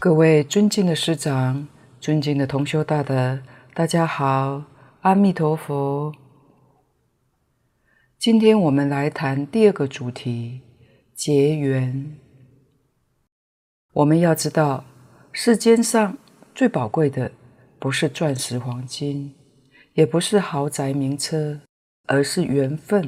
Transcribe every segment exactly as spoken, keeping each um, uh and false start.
各位尊敬的师长，尊敬的同修大德，大家好，阿弥陀佛。今天我们来谈第二个主题，结缘。我们要知道，世间上最宝贵的不是钻石黄金，也不是豪宅名车，而是缘分。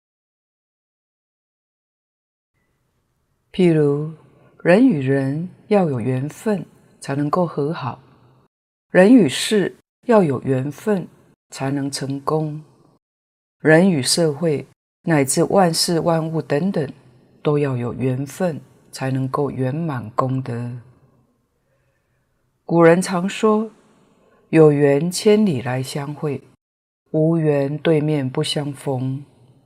譬如人与人要有缘分才能够和好，人与事要有缘分才能成功，人与社会乃至万事万物等等都要有缘分才能够圆满功德。古人常说，有缘千里来相会，无缘对面不相逢。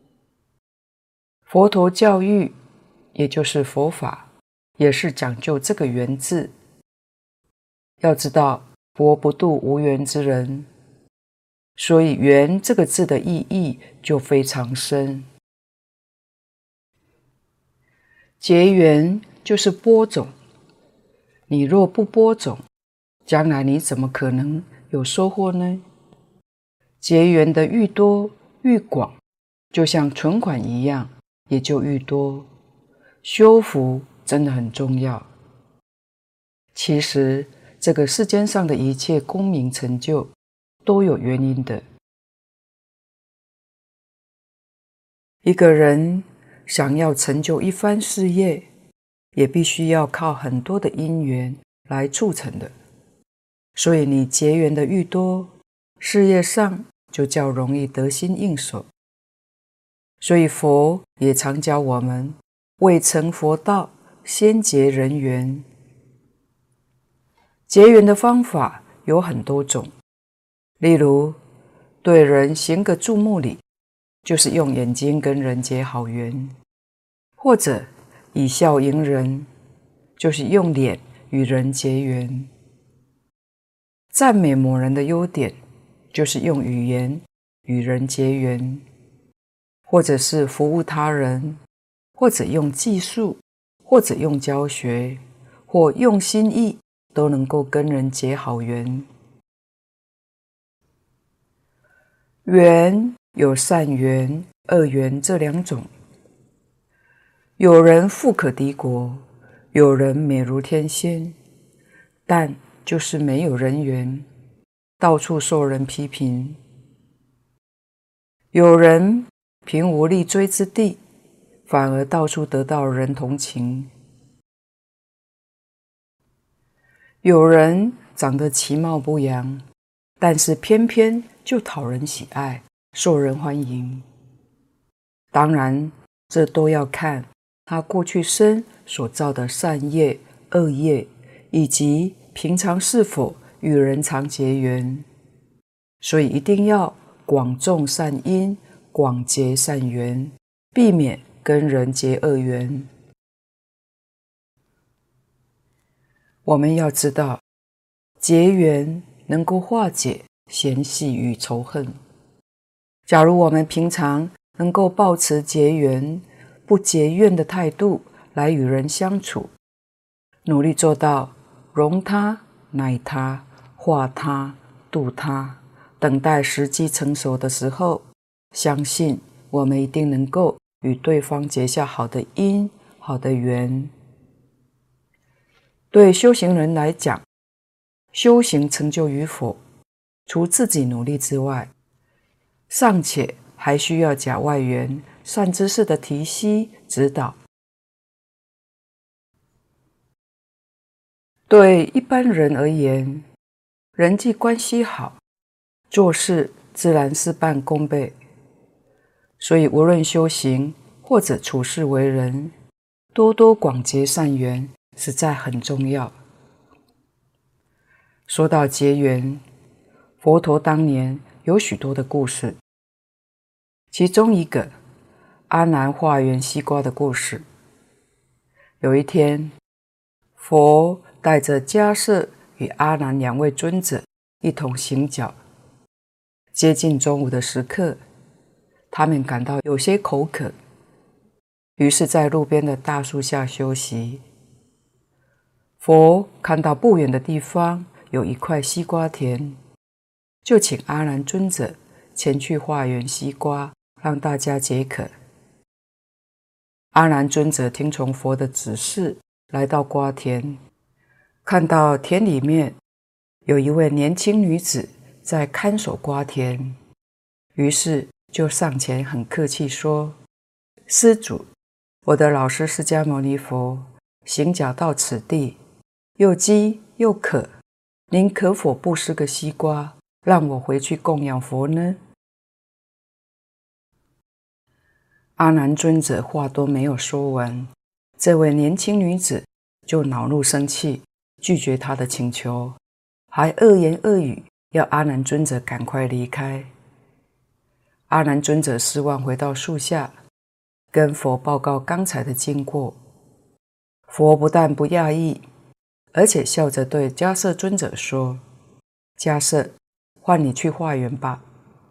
佛陀教育，也就是佛法，也是讲究这个缘字。要知道，佛不度无缘之人，所以缘这个字的意义就非常深。结缘就是播种，你若不播种，将来你怎么可能有收获呢？结缘的愈多愈广，就像存款一样，也就愈多。修福真的很重要。其实这个世间上的一切功名成就都有原因的。一个人想要成就一番事业，也必须要靠很多的因缘来促成的。所以你结缘的愈多，事业上就较容易得心应手。所以佛也常教我们，未成佛道，先结人缘。结缘的方法有很多种，例如对人行个注目礼，就是用眼睛跟人结好缘；或者以笑迎人，就是用脸与人结缘；赞美某人的优点，就是用语言与人结缘；或者是服务他人，或者用技术，或者用教学，或用心意，都能够跟人结好缘。缘有善缘、恶缘这两种。有人富可敌国，有人美如天仙，但就是没有人缘，到处受人批评。有人贫无立锥之地，反而到处得到人同情。有人长得其貌不扬，但是偏偏就讨人喜爱，受人欢迎。当然，这都要看他过去生所造的善业、恶业，以及平常是否与人常结缘。所以一定要广种善因，广结善缘，避免跟人结恶缘。我们要知道，结缘能够化解嫌隙与仇恨。假如我们平常能够抱持结缘、不结怨的态度来与人相处，努力做到容他、耐他、化他、度他，等待时机成熟的时候，相信我们一定能够与对方结下好的因、好的缘。对修行人来讲，修行成就与否，除自己努力之外，尚且还需要假外缘、善知识的提携指导。对一般人而言，人际关系好，做事自然事半功倍。所以无论修行或者处事为人，多多广结善缘，实在很重要。说到结缘，佛陀当年有许多的故事，其中一个阿难化缘西瓜的故事。有一天，佛带着迦叶与阿难两位尊者一同行脚。接近中午的时刻，他们感到有些口渴，于是在路边的大树下休息。 佛看到不远的地方有一块西瓜田，就请阿难尊者前去化缘西瓜，让大家解渴。阿难尊者听从佛的指示，来到瓜田，看到田里面有一位年轻女子在看守瓜田，于是就上前很客气说：施主，我的老师释迦牟尼佛行脚到此地，又饥又渴，您可否布施个西瓜，让我回去供养佛呢？阿难尊者话都没有说完，这位年轻女子就恼怒生气，拒绝他的请求，还恶言恶语要阿难尊者赶快离开。阿难尊者失望，回到树下，跟佛报告刚才的经过。佛不但不讶异，而且笑着对迦叶尊者说：迦叶，换你去化缘吧。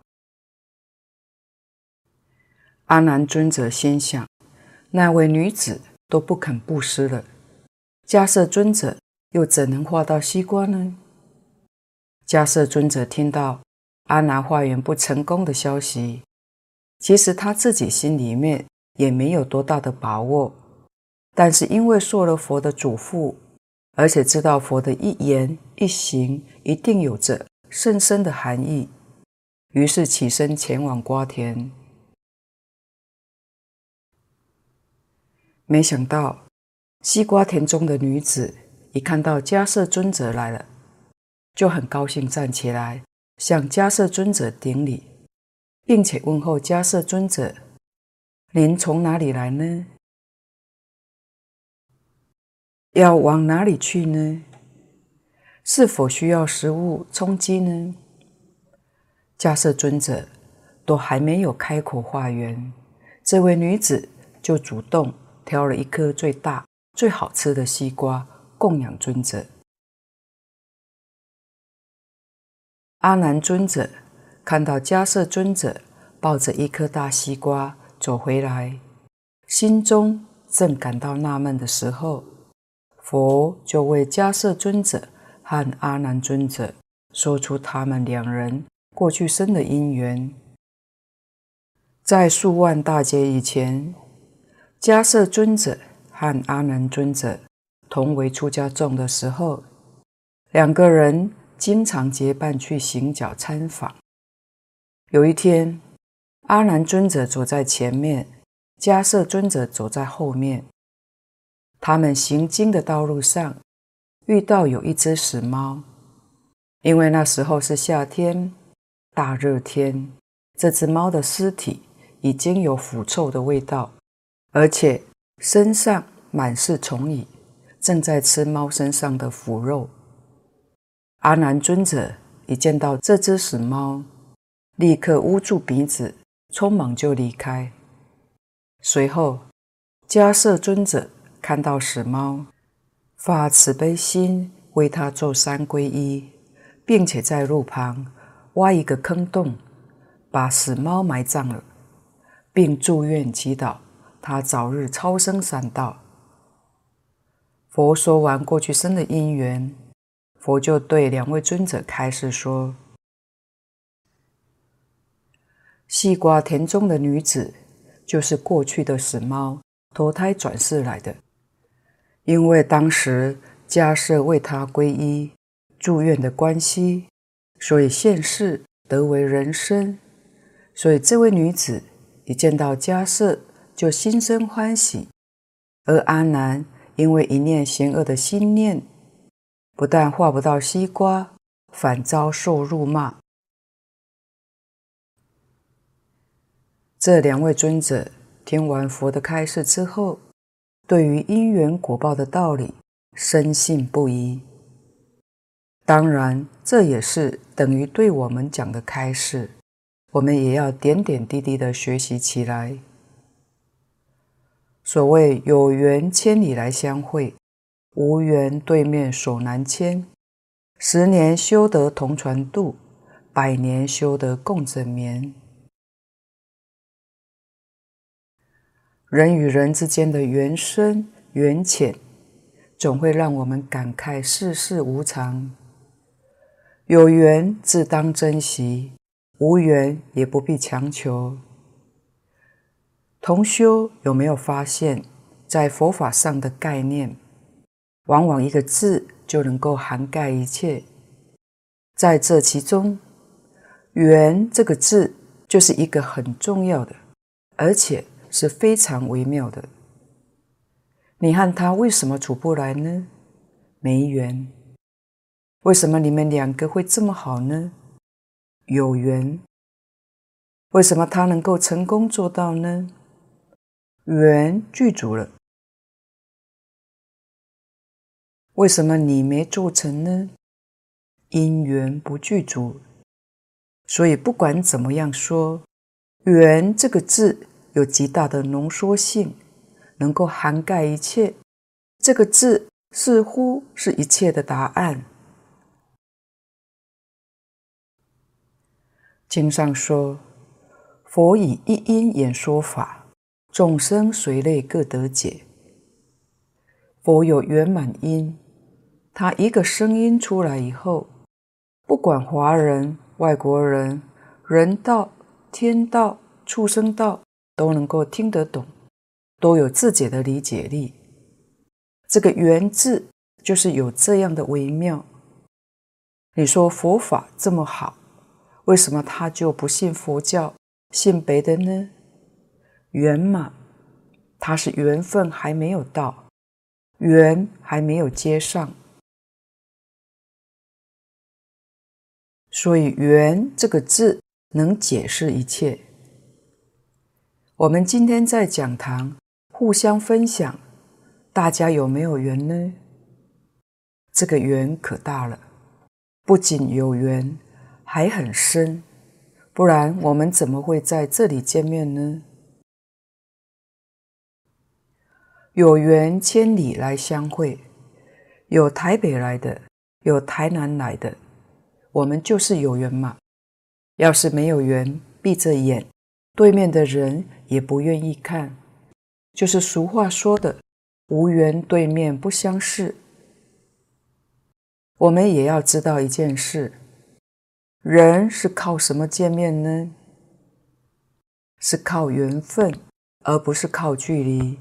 阿难尊者心想，那位女子都不肯布施了，迦叶尊者又怎能化到西瓜呢？迦叶尊者听到阿难化缘不成功的消息，其实他自己心里面也没有多大的把握，但是因为受了佛的嘱咐，而且知道佛的一言一行一定有着甚深的含义，于是起身前往瓜田。没想到西瓜田中的女子一看到迦叶尊者来了，就很高兴站起来向迦叶尊者顶礼，并且问候迦叶尊者：您从哪里来呢？要往哪里去呢？是否需要食物充饥呢？迦叶尊者都还没有开口化缘，这位女子就主动挑了一颗最大最好吃的西瓜供养尊者。阿难尊者看到迦叶尊者抱着一颗大西瓜走回来，心中正感到纳闷的时候，佛就为迦叶尊者和阿难尊者说出他们两人过去生的因缘。在数万大劫以前，迦叶尊者和阿难尊者同为出家众的时候，两个人经常结伴去行脚参访。有一天，阿难尊者走在前面，迦叶尊者走在后面。他们行经的道路上，遇到有一只死猫。因为那时候是夏天，大热天，这只猫的尸体已经有腐臭的味道，而且身上满是虫蚁，正在吃猫身上的腐肉。阿难尊者一见到这只死猫，立刻捂住鼻子，匆忙就离开。随后，迦叶尊者看到死猫，发慈悲心，为他做三皈依，并且在路旁挖一个坑洞，把死猫埋葬了，并祝愿祈祷他早日超生三道。佛说完过去生的因缘，佛就对两位尊者开示说：西瓜田中的女子就是过去的死猫投胎转世来的，因为当时迦叶为她皈依祝愿的关系，所以现世得为人身。所以这位女子一见到迦叶就心生欢喜，而阿难因为一念嫌恶的心念，不但化不到西瓜，反遭受辱骂。这两位尊者听完佛的开示之后，对于因缘果报的道理深信不疑。当然，这也是等于对我们讲的开示，我们也要点点滴滴的学习起来。所谓有缘千里来相会，无缘对面手难牵。十年修得同船渡，百年修得共枕眠。人与人之间的缘深缘浅， 总会让我们感慨世事无常。有缘自当珍惜，无缘也不必强求。同修有没有发现，在佛法上的概念，往往一个字就能够涵盖一切。在这其中，缘这个字就是一个很重要的，而且是非常微妙的。你和他为什么处不来呢？没缘。为什么你们两个会这么好呢？有缘。为什么他能够成功做到呢？缘具足了。为什么你没做成呢？因缘不具足。所以不管怎么样说，缘这个字有极大的浓缩性，能够涵盖一切。这个字似乎是一切的答案。经上说，佛以一因演说法，众生随类各得解。佛有圆满因，他一个声音出来以后，不管华人、外国人、人道、天道、畜生道都能够听得懂，都有自己的理解力。这个缘字就是有这样的微妙。你说佛法这么好，为什么他就不信佛教，信别的呢？缘嘛，他是缘分还没有到，缘还没有接上。所以缘这个字能解释一切。我们今天在讲堂互相分享，大家有没有缘呢？这个缘可大了，不仅有缘，还很深，不然我们怎么会在这里见面呢？有缘千里来相会，有台北来的，有台南来的，我们就是有缘嘛。要是没有缘，闭着眼，对面的人也不愿意看。就是俗话说的，无缘对面不相识。我们也要知道一件事，人是靠什么见面呢？是靠缘分，而不是靠距离。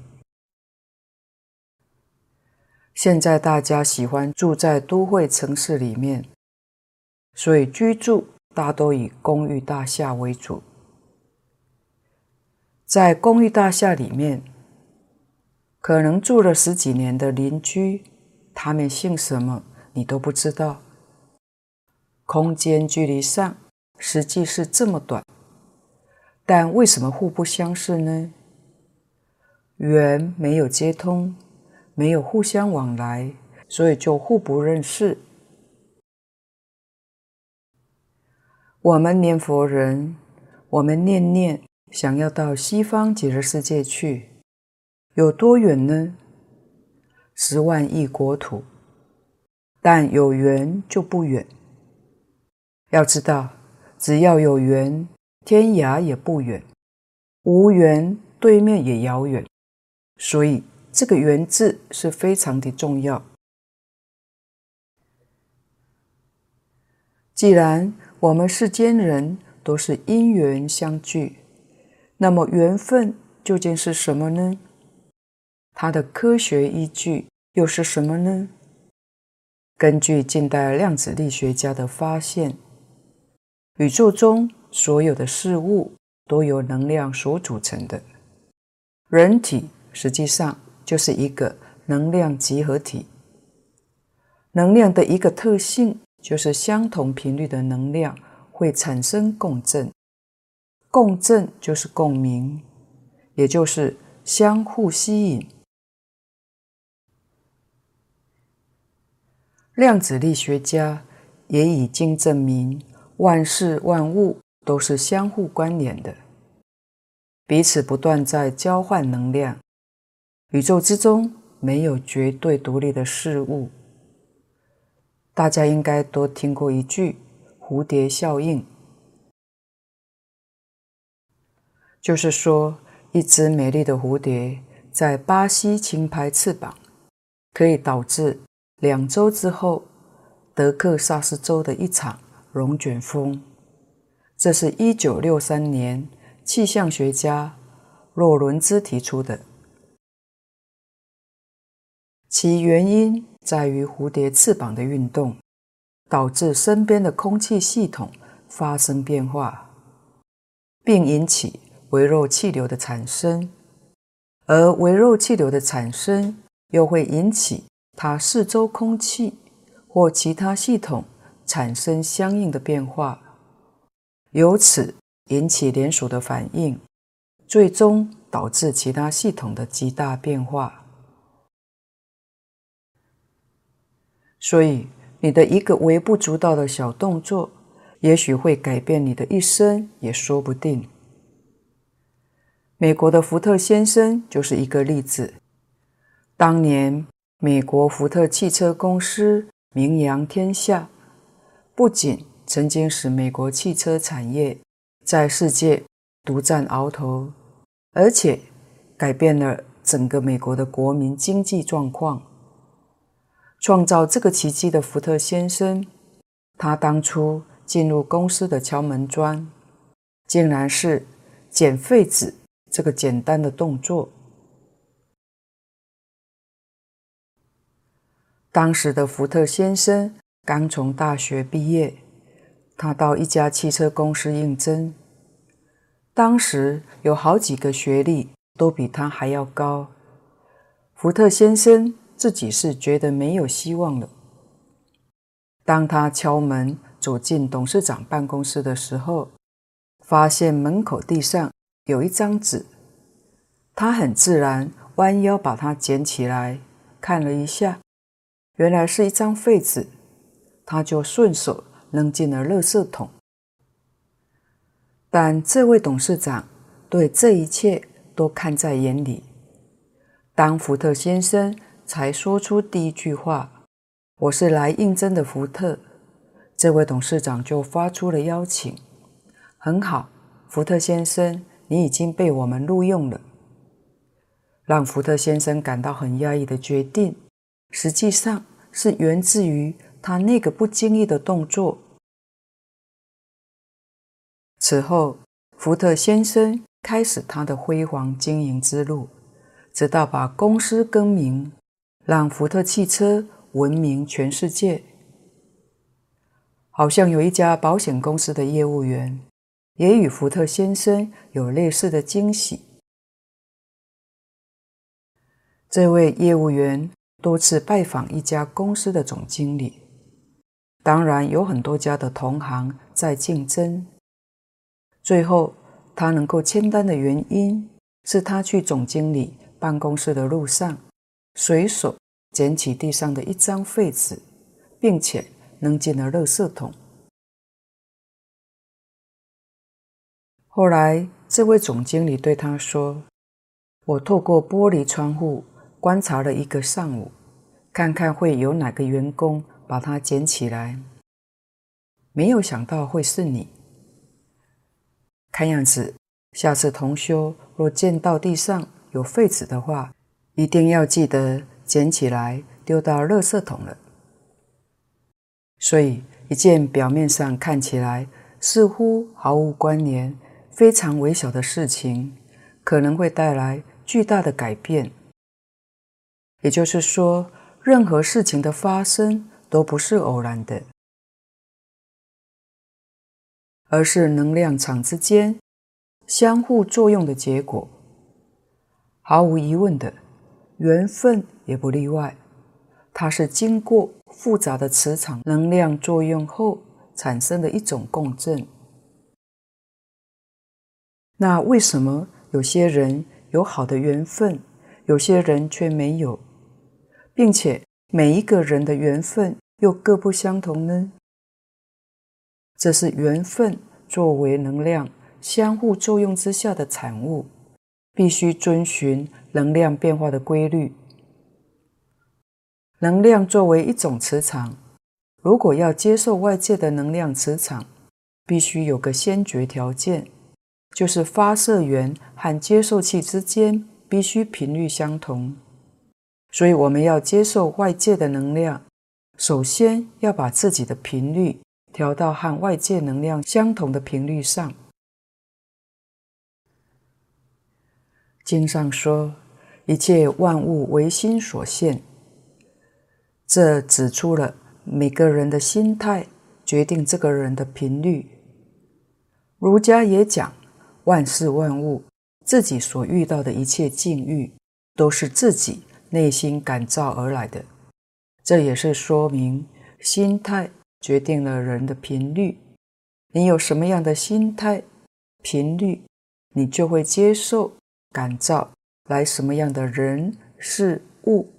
现在大家喜欢住在都会城市里面，所以居住大都以公寓大厦为主。在公寓大厦里面，可能住了十几年的邻居，他们姓什么你都不知道。空间距离上实际是这么短，但为什么互不相识呢？缘没有接通，没有互相往来，所以就互不认识。我们念佛人，我们念念想要到西方极乐世界去，有多远呢？十万亿国土，但有缘就不远。要知道，只要有缘，天涯也不远；无缘，对面也遥远。所以这个缘字是非常的重要。既然我们世间人都是因缘相聚，那么缘分究竟是什么呢？它的科学依据又是什么呢？根据近代量子力学家的发现，宇宙中所有的事物都由能量所组成的。人体实际上就是一个能量集合体。能量的一个特性就是相同频率的能量会产生共振，共振就是共鸣，也就是相互吸引。量子力学家也已经证明，万事万物都是相互关联的，彼此不断在交换能量。宇宙之中没有绝对独立的事物。大家应该都听过一句蝴蝶效应，就是说一只美丽的蝴蝶在巴西轻拍翅膀， 可以导致两周之后德克萨斯州的一场龙卷风。这是一九六三年气象学家洛伦兹提出的，其原因在于蝴蝶翅膀的运动导致身边的空气系统发生变化，并引起微弱气流的产生，而微弱气流的产生又会引起它四周空气或其他系统产生相应的变化，由此引起连锁的反应，最终导致其他系统的极大变化。所以你的一个微不足道的小动作，也许会改变你的一生，也说不定。美国的福特先生就是一个例子。当年美国福特汽车公司名扬天下，不仅曾经使美国汽车产业在世界独占鳌头，而且改变了整个美国的国民经济状况。创造这个奇迹的福特先生，他当初进入公司的敲门砖，竟然是捡废纸这个简单的动作。当时的福特先生刚从大学毕业，他到一家汽车公司应征，当时有好几个学历都比他还要高。福特先生自己是觉得没有希望了。当他敲门走进董事长办公室的时候，发现门口地上有一张纸，他很自然弯腰把它捡起来看了一下，原来是一张废纸，他就顺手扔进了垃圾桶。但这位董事长对这一切都看在眼里。当福特先生才说出第一句话，我是来应征的福特，这位董事长就发出了邀请。很好，福特先生，你已经被我们录用了。让福特先生感到很压抑的决定，实际上是源自于他那个不经意的动作。此后，福特先生开始他的辉煌经营之路，直到把公司更名，让福特汽车闻名全世界。好像有一家保险公司的业务员也与福特先生有类似的惊喜。这位业务员多次拜访一家公司的总经理，当然有很多家的同行在竞争。最后他能够签单的原因是他去总经理办公室的路上随手捡起地上的一张废纸，并且扔进了垃圾桶。后来这位总经理对他说，我透过玻璃窗户观察了一个上午，看看会有哪个员工把它捡起来，没有想到会是你。看样子下次同修若见到地上有废纸的话，一定要记得捡起来丢到垃圾桶了。所以一件表面上看起来似乎毫无关联、非常微小的事情，可能会带来巨大的改变。也就是说，任何事情的发生都不是偶然的，而是能量场之间相互作用的结果。毫无疑问的，缘分也不例外，它是经过复杂的磁场能量作用后产生的一种共振。那为什么有些人有好的缘分，有些人却没有，并且每一个人的缘分又各不相同呢？这是缘分作为能量相互作用之下的产物，必须遵循能量变化的规律。能量作为一种磁场，如果要接受外界的能量磁场，必须有个先决条件，就是发射源和接受器之间必须频率相同。 所以我们要接受外界的能量，首先要把自己的频率调到和外界能量相同的频率上。经上说，一切万物为心所现，这指出了每个人的心态决定这个人的频率。儒家也讲，万事万物，自己所遇到的一切境遇，都是自己内心感召而来的。这也是说明心态决定了人的频率。你有什么样的心态、频率，你就会接受、感召来什么样的人、事物。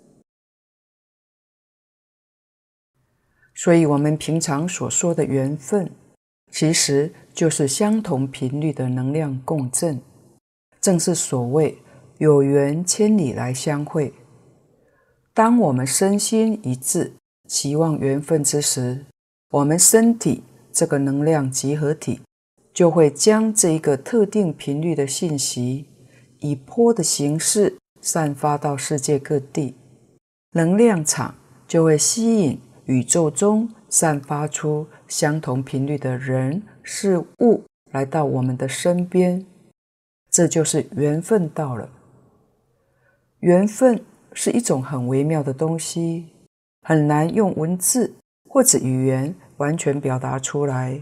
所以我们平常所说的缘分，其实就是相同频率的能量共振，正是所谓有缘千里来相会。当我们身心一致，期望缘分之时，我们身体这个能量集合体就会将这一个特定频率的信息以波的形式散发到世界各地，能量场就会吸引宇宙中散发出相同频率的人事物来到我们的身边，这就是缘分到了。缘分是一种很微妙的东西，很难用文字或者语言完全表达出来。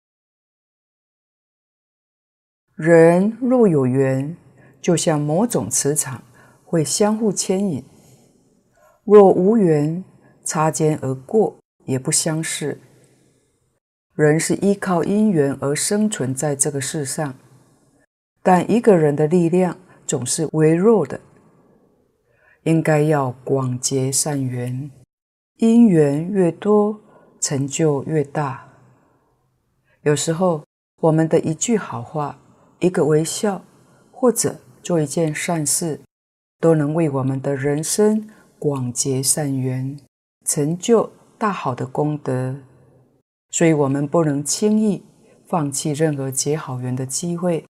人若有缘，就像某种磁场会相互牵引；若无缘，擦肩而过也不相识。人是依靠因缘而生存在这个世上，但一个人的力量总是微弱的，应该要广结善缘，因缘越多，成就越大。有时候我们的一句好话，一个微笑，或者做一件善事，都能为我们的人生广结善缘，成就大好的功德。所以我们不能轻易放弃任何结好缘的机会。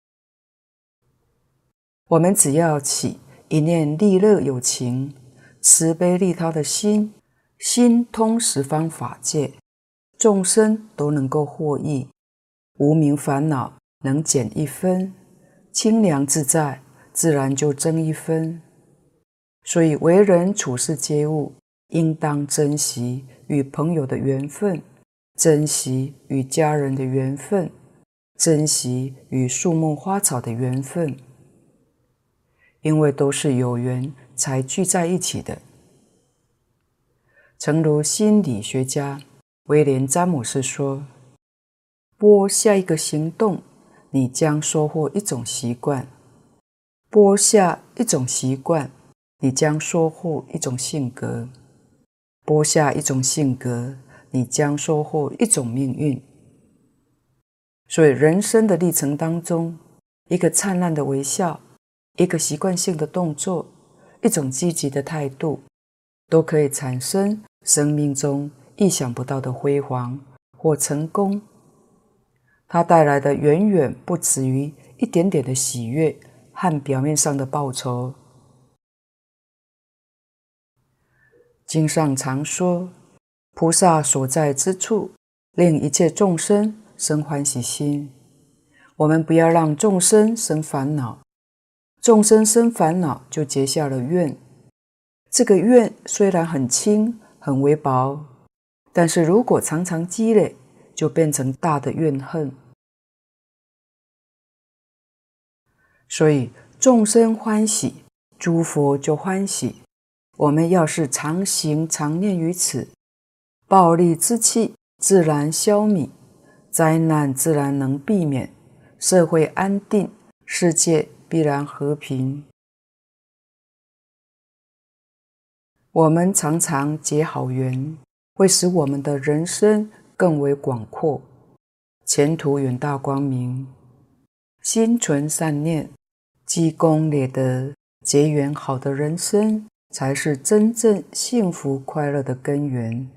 我们只要起一念利乐有情、慈悲利他的心，心通十方法界，众生都能够获益，无明烦恼能减一分，清凉自在自然就增一分。所以为人处世皆物，应当珍惜与朋友的缘分，珍惜与家人的缘分，珍惜与树木花草的缘分，因为都是有缘才聚在一起的。诚如心理学家威廉·詹姆斯说，播下一个行动，你将收获一种习惯；播下一种习惯，你将收获一种性格；播下一种性格，你将收获一种命运。所以人生的历程当中，一个灿烂的微笑，一个习惯性的动作，一种积极的态度，都可以产生生命中意想不到的辉煌或成功。它带来的远远不止于一点点的喜悦和表面上的报酬。经上常说，菩萨所在之处，令一切众生生欢喜心。我们不要让众生生烦恼，众生生烦恼就结下了怨。这个怨虽然很轻很微薄，但是如果常常积累，就变成大的怨恨。所以众生欢喜，诸佛就欢喜。我们要是常行常念于此，暴戾之气自然消弭，灾难自然能避免，社会安定，世界必然和平。我们常常结好缘，会使我们的人生更为广阔，前途远大光明。心存善念，积功累德，结缘好的人生，才是真正幸福快乐的根源。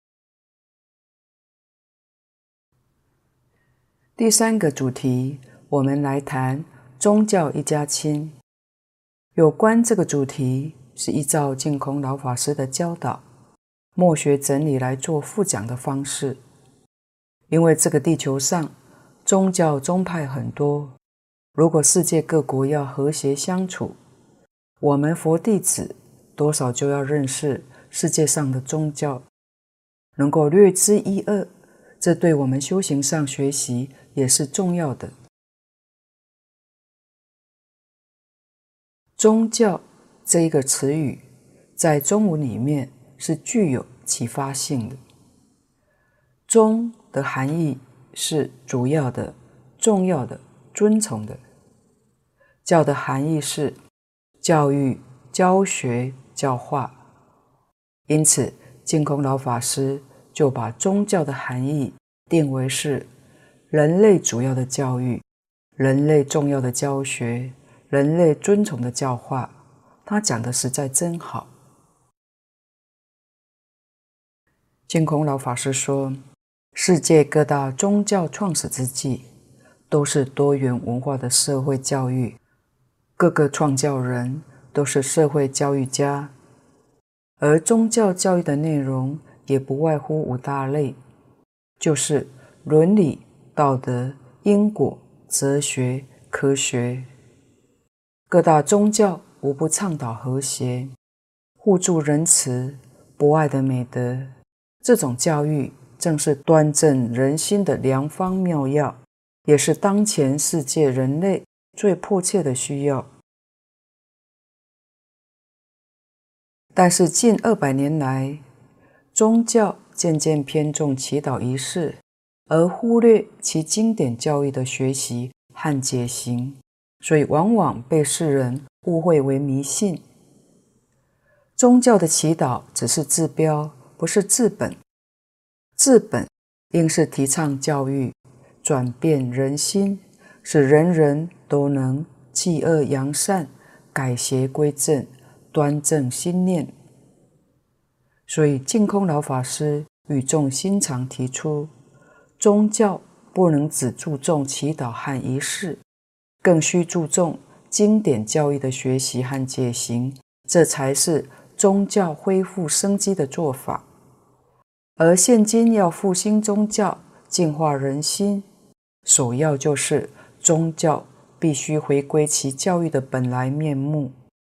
第三个主题，我们来谈宗教一家亲。有关这个主题， 是依照净空老法师的教导，默学整理来做复讲的方式。因为这个地球上宗教宗派很多，如果世界各国要和谐相处，我们佛弟子多少就要认识世界上的宗教，能够略知一二，这对我们修行上学习也是重要的。宗教这一个词语在中文里面是具有启发性的。宗的含义是主要的、重要的、尊崇的。教的含义是教育、教学、教化。因此净空老法师就把宗教的含义定为是人类主要的教育、人类重要的教学、人类尊崇的教化。他讲的实在真好。净空老法师说，世界各大宗教创始之际，都是多元文化的社会教育，各个创教人都是社会教育家，而宗教教育的内容也不外乎五大类，就是伦理、道德、因果、哲学、科学。各大宗教无不倡导和谐、互助仁慈、博爱的美德，这种教育正是端正人心的良方妙药，也是当前世界人类最迫切的需要。但是近二百年来，宗教渐渐偏重祈祷仪式，而忽略其经典教育的学习和解行，所以往往被世人误会为迷信。宗教的祈祷只是治标，不是治本。治本应是提倡教育，转变人心，使人人都能弃恶扬善，改邪归正，端正心念。所以净空老法师语重心长提出，宗教不能只注重祈祷和仪式，更需注重经典教育的学习和解行，这才是宗教恢复生机的做法。而现今要复兴宗教、净化人心，首要就是宗教必须回归其教育的本来面目。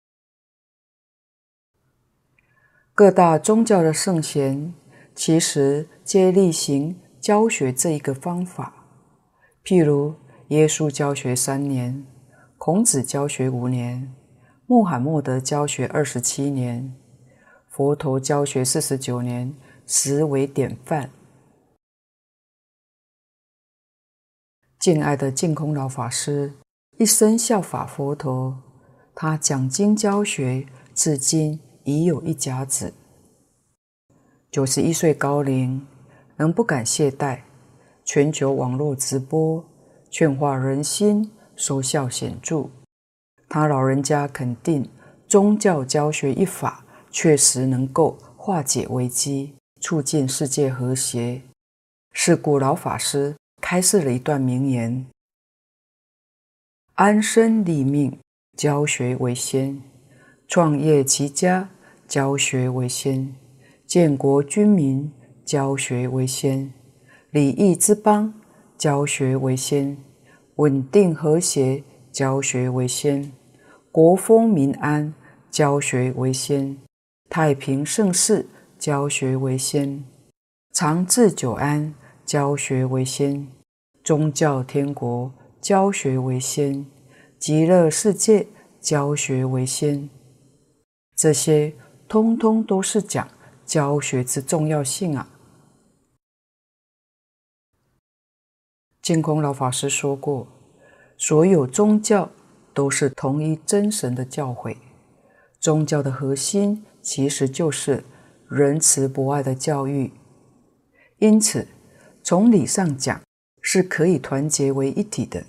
各大宗教的圣贤其实皆力行教学这一个方法，譬如耶稣教学三年，孔子教学五年，穆罕默德教学二十七年，佛陀教学四十九年，实为典范。敬爱的净空老法师一生效法佛陀，他讲经教学至今已有一甲子。九十一岁高龄，仍不敢懈怠，全球网络直播，劝化人心，收效显著。他老人家肯定宗教教学一法确实能够化解危机，促进世界和谐。是故老法师开示了一段名言：安身立命，教学为先；创业齐家，教学为先；建国军民，教学为先；礼义之邦，教学为先；稳定和谐，教学为先；国风民安，教学为先；太平盛世，教学为先；长治久安，教学为先；宗教天国，教学为先；极乐世界，教学为先。这些通通都是讲教学之重要性啊！净空老法师说过，所有宗教都是同一真神的教诲，宗教的核心其实就是仁慈博爱的教育，因此从理上讲是可以团结为一体的。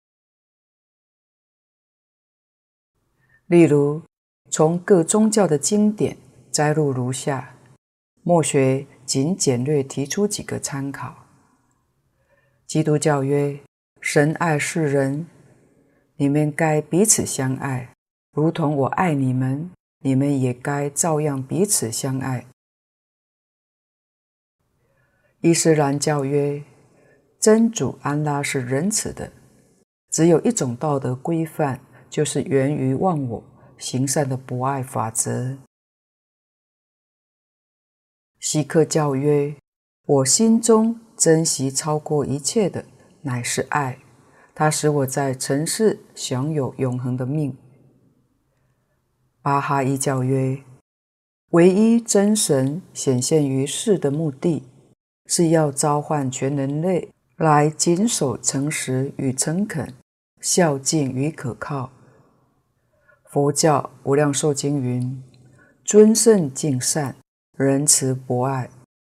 例如，从各宗教的经典摘录如下，默学仅简略提出几个参考。基督教曰：神爱世人，你们该彼此相爱，如同我爱你们， 你们也该照样彼此相爱。伊斯兰教曰，真主安拉是仁慈的，只有一种道德规范，就是源于忘我、行善的博爱法则。锡克教曰，我心中珍惜超过一切的乃是爱，它使我在尘世享有永恒的命。巴哈伊教曰，唯一真神显现于世的目的，是要召唤全人类来谨守诚实与诚恳，孝敬与可靠。佛教无量寿经云，尊圣敬善，仁慈博爱。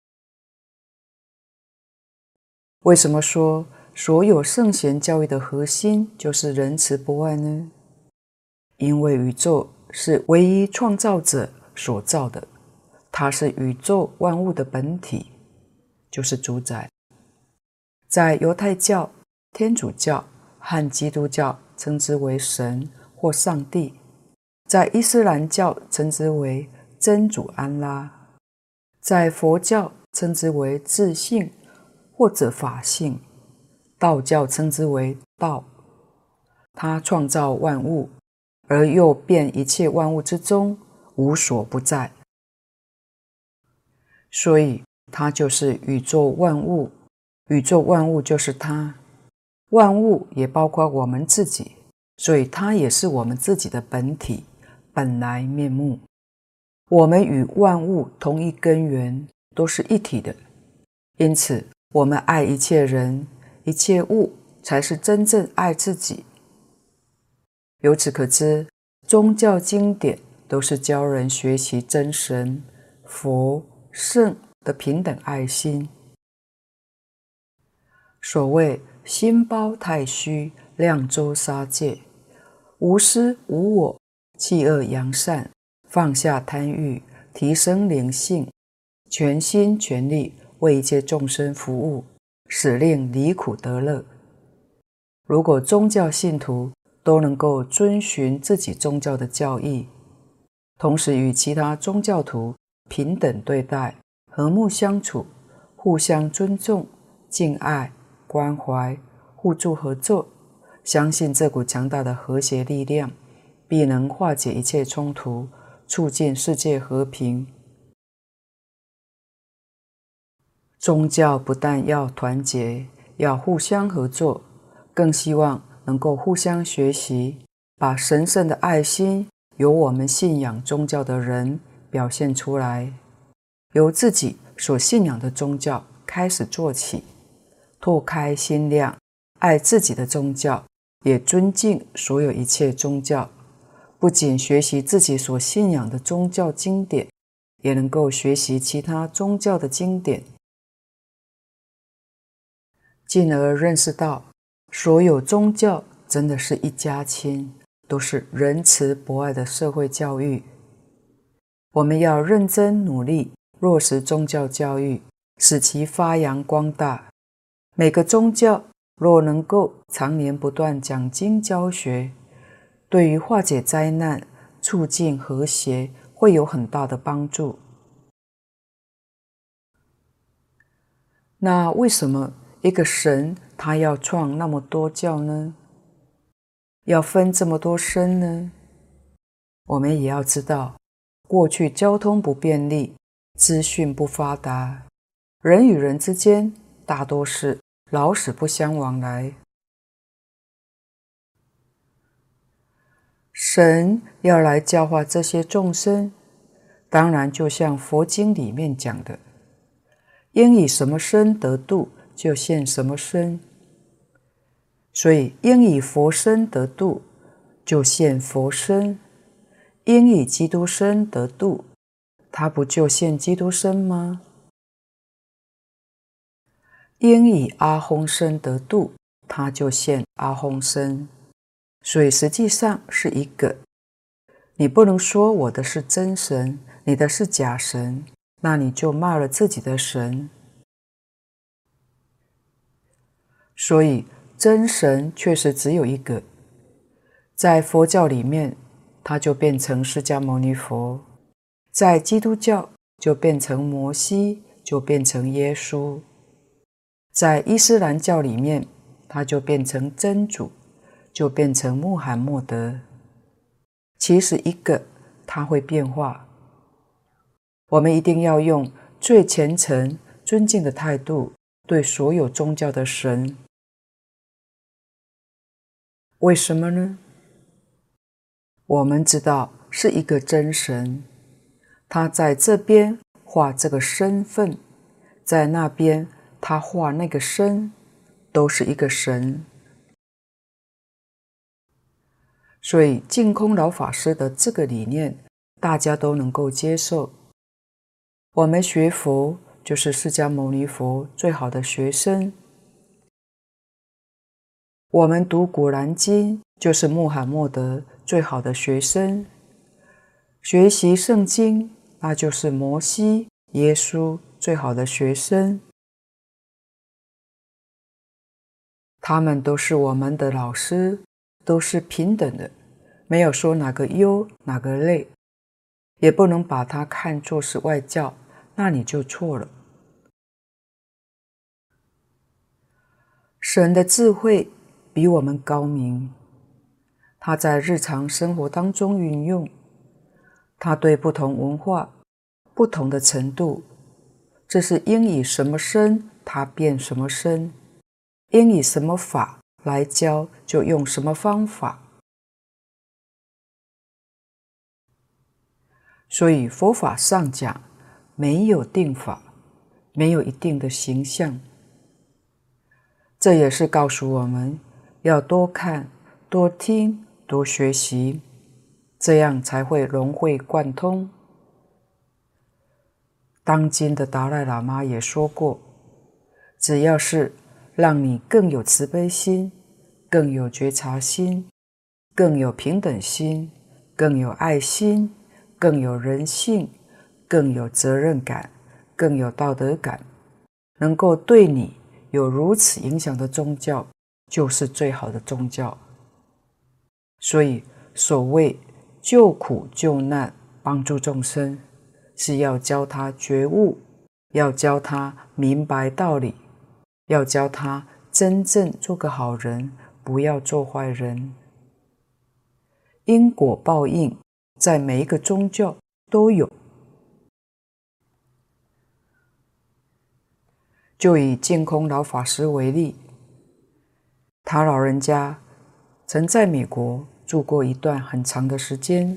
为什么说所有圣贤教育的核心就是仁慈博爱呢？因为宇宙是唯一创造者所造的，它是宇宙万物的本体，就是主宰。在犹太教、天主教和基督教称之为神或上帝，在伊斯兰教称之为真主安拉，在佛教称之为自性或者法性，道教称之为道。他创造万物，而又遍一切万物之中，无所不在。所以他就是宇宙万物，宇宙万物就是他，万物也包括我们自己，所以他也是我们自己的本体，本来面目。我们与万物同一根源，都是一体的，因此我们爱一切人、一切物，才是真正爱自己。由此可知，宗教经典都是教人学习真神、佛、圣的平等爱心。所谓心包太虚，量周杀戒，无私无我，弃恶扬善，放下贪欲，提升灵性，全心全力为一切众生服务，使令离苦得乐。如果宗教信徒都能够遵循自己宗教的教义，同时与其他宗教徒平等对待，和睦相处，互相尊重、敬爱、关怀、互助合作，相信这股强大的和谐力量必能化解一切冲突，促进世界和平。宗教不但要团结，要互相合作，更希望能够互相学习，把神圣的爱心由我们信仰宗教的人表现出来，由自己所信仰的宗教开始做起，拓开心量，爱自己的宗教，也尊敬所有一切宗教。不仅学习自己所信仰的宗教经典，也能够学习其他宗教的经典，进而认识到所有宗教真的是一家亲，都是仁慈博爱的社会教育。我们要认真努力落实宗教教育，使其发扬光大。每个宗教若能够常年不断讲经教学，对于化解灾难、促进和谐会有很大的帮助。那为什么一个神他要创那么多教呢？要分这么多身呢？我们也要知道，过去交通不便利，资讯不发达，人与人之间大多是老死不相往来。神要来教化这些众生，当然就像佛经里面讲的，应以什么身得度，就现什么身。所以应以佛身得度，就现佛身；应以基督身得度，他不就现基督身吗？应以阿訇身得度，他就现阿訇身。所以实际上是一个。你不能说我的是真神，你的是假神，那你就骂了自己的神。所以真神确实只有一个。在佛教里面， 他就变成释迦牟尼佛；在基督教就变成摩西，就变成耶稣；在伊斯兰教里面，他就变成真主，就变成穆罕默德。其实一个他会变化，我们一定要用最虔诚、尊敬的态度对所有宗教的神。为什么呢？我们知道是一个真神，他在这边画这个身份，在那边他画那个身，都是一个神。所以净空老法师的这个理念，大家都能够接受。我们学佛就是释迦牟尼佛最好的学生，我们读古兰经就是穆罕默德最好的学生，学习圣经那就是摩西、耶稣最好的学生。他们都是我们的老师，都是平等的，没有说哪个优哪个劣，也不能把它看作是外教，那你就错了。神的智慧比我们高明，他在日常生活当中运用，他对不同文化不同的程度，这是应以什么身他变什么身，应以什么法来教就用什么方法。所以佛法上讲，没有定法，没有一定的形象。这也是告诉我们要多看、多听、多学习，这样才会融会贯通。当今的达赖喇嘛也说过，只要是让你更有慈悲心，更有觉察心，更有平等心，更有爱心，更有人性，更有责任感，更有道德感，能够对你有如此影响的宗教，就是最好的宗教。所以所谓救苦救难，帮助众生，是要教他觉悟，要教他明白道理，要教他真正做个好人，不要做坏人。因果报应在每一个宗教都有。就以净空老法师为例，他老人家曾在美国住过一段很长的时间，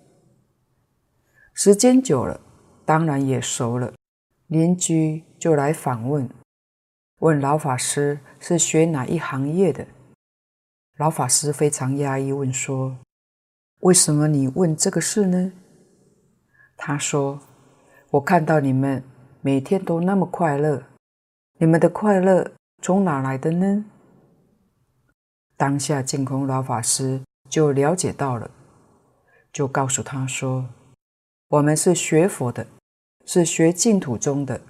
时间久了，当然也熟了，邻居就来访问，问老法师是学哪一行业的。老法师非常讶异，问说：为什么你问这个事呢？他说：我看到你们每天都那么快乐，你们的快乐从哪来的呢？当下净空老法师就了解到了，就告诉他说：我们是学佛的，是学净土宗的。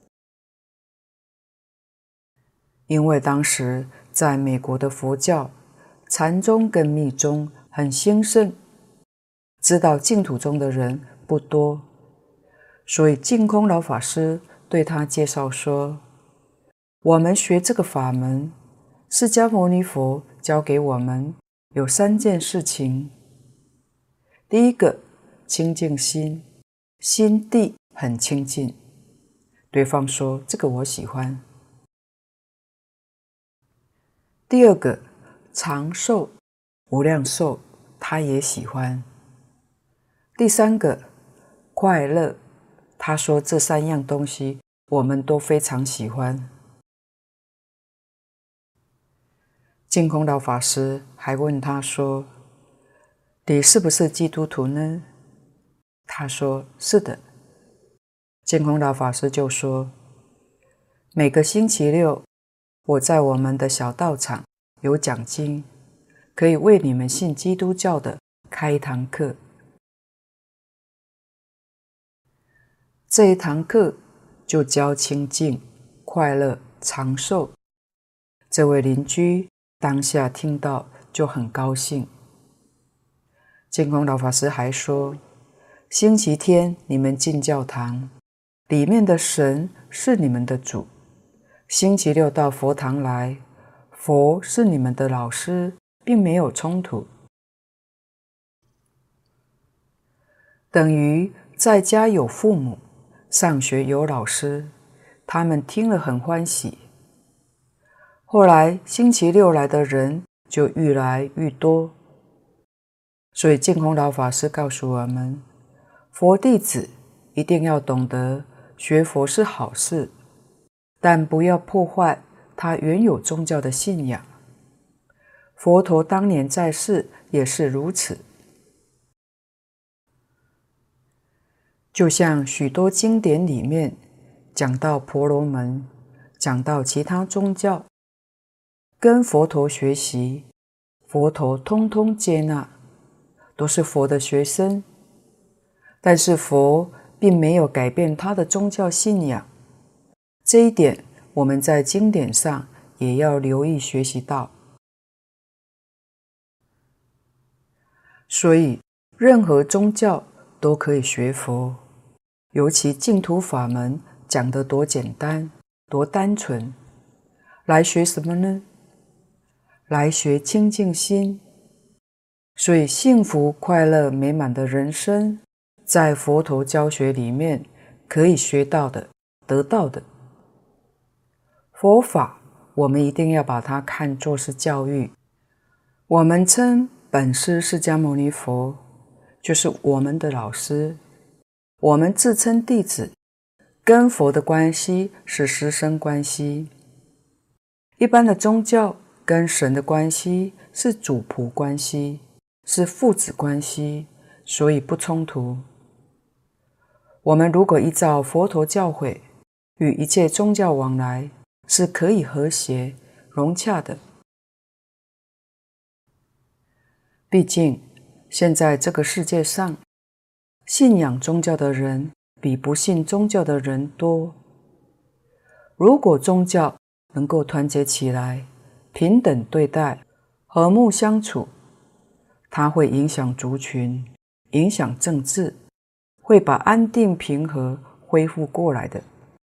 因为当时在美国的佛教禅宗跟密宗很兴盛，知道净土宗的人不多，所以净空老法师对他介绍说：我们学这个法门，释迦牟尼佛教给我们有三件事情。第一个，清净心，心地很清净。对方说：这个我喜欢。第二个，长寿，无量寿，他也喜欢。第三个，快乐，他说这三样东西我们都非常喜欢。净空老法师还问他说：你是不是基督徒呢？他说：是的。净空老法师就说：每个星期六我在我们的小道场有讲经，可以为你们信基督教的开一堂课。这一堂课就教清净、快乐、长寿。这位邻居当下听到就很高兴。 净空老法师还说，星期天你们进教堂，里面的神是你们的主；星期六到佛堂来，佛是你们的老师，并没有冲突。等于在家有父母，上学有老师，他们听了很欢喜。后来星期六来的人就愈来愈多。所以净空老法师告诉我们，佛弟子一定要懂得学佛是好事，但不要破坏他原有宗教的信仰。佛陀当年在世也是如此。就像许多经典里面讲到婆罗门，讲到其他宗教，跟佛陀学习，佛陀通通接纳，都是佛的学生。但是佛并没有改变他的宗教信仰，这一点我们在经典上也要留意学习到。所以任何宗教都可以学佛，尤其净土法门讲得多简单多单纯，来学什么呢？来学清净心。所以幸福快乐美满的人生，在佛陀教学里面可以学到的得到的。佛法我们一定要把它看作是教育。我们称本师释迦牟尼佛就是我们的老师，我们自称弟子，跟佛的关系是师生关系。一般的宗教跟神的关系是主仆关系，是父子关系，所以不冲突。我们如果依照佛陀教诲，与一切宗教往来，是可以和谐融洽的。毕竟现在这个世界上，信仰宗教的人比不信宗教的人多。如果宗教能够团结起来，平等对待，和睦相处，它会影响族群，影响政治，会把安定平和恢复过来的。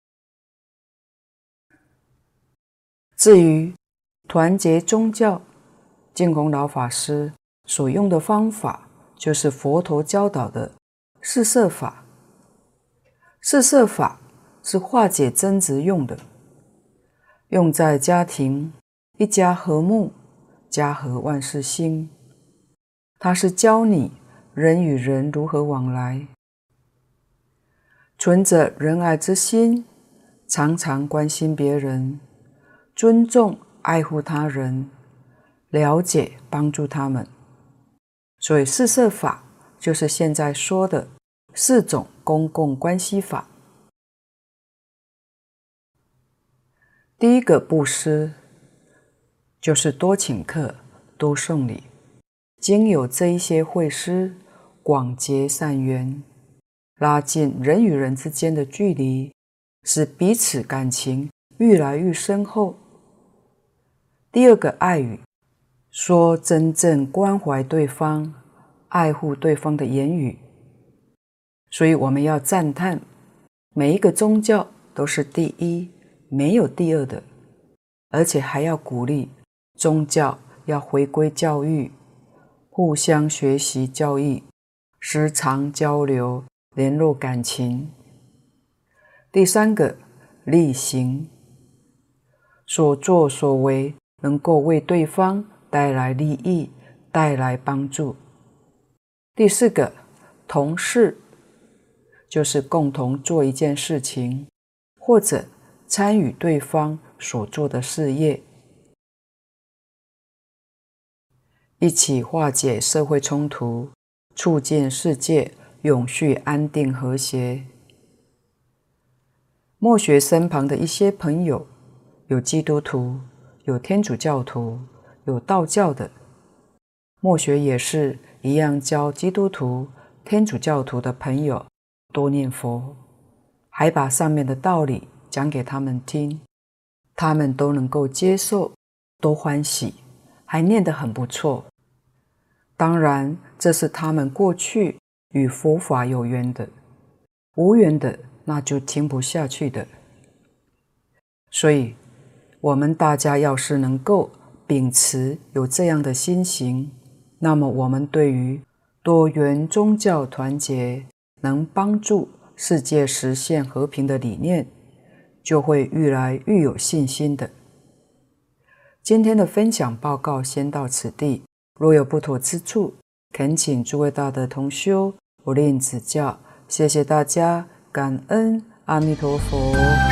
至于团结宗教，净空老法师所用的方法就是佛陀教导的四摄法。四摄法是化解争执用的，用在家庭，一家和睦，家和万事兴。它是教你人与人如何往来，存着仁爱之心，常常关心别人，尊重爱护他人，了解帮助他们。所以四摄法就是现在说的四种公共关系法。第一个布施，就是多请客，多送礼，经有这一些惠施，广结善缘，拉近人与人之间的距离，使彼此感情愈来愈深厚。第二个爱语，说真正关怀对方，爱护对方的言语。所以我们要赞叹，每一个宗教都是第一，没有第二的，而且还要鼓励宗教要回归教育，互相学习教义，时常交流，联络感情。第三个，力行，所作所为能够为对方带来利益，带来帮助。第四个，同事，就是共同做一件事情，或者参与对方所做的事业，一起化解社会冲突，促进世界永续安定和谐。默学身旁的一些朋友，有基督徒，有天主教徒，有道教的。默学也是一样教基督徒、天主教徒的朋友多念佛，还把上面的道理讲给他们听，他们都能够接受，都欢喜，还念得很不错。当然这是他们过去与佛法有缘的，无缘的那就听不下去的。所以我们大家要是能够秉持有这样的心行，那么我们对于多元宗教团结能帮助世界实现和平的理念，就会愈来愈有信心的。今天的分享报告先到此地，若有不妥之处，恳请诸位大德同修不吝指教。谢谢大家，感恩阿弥陀佛。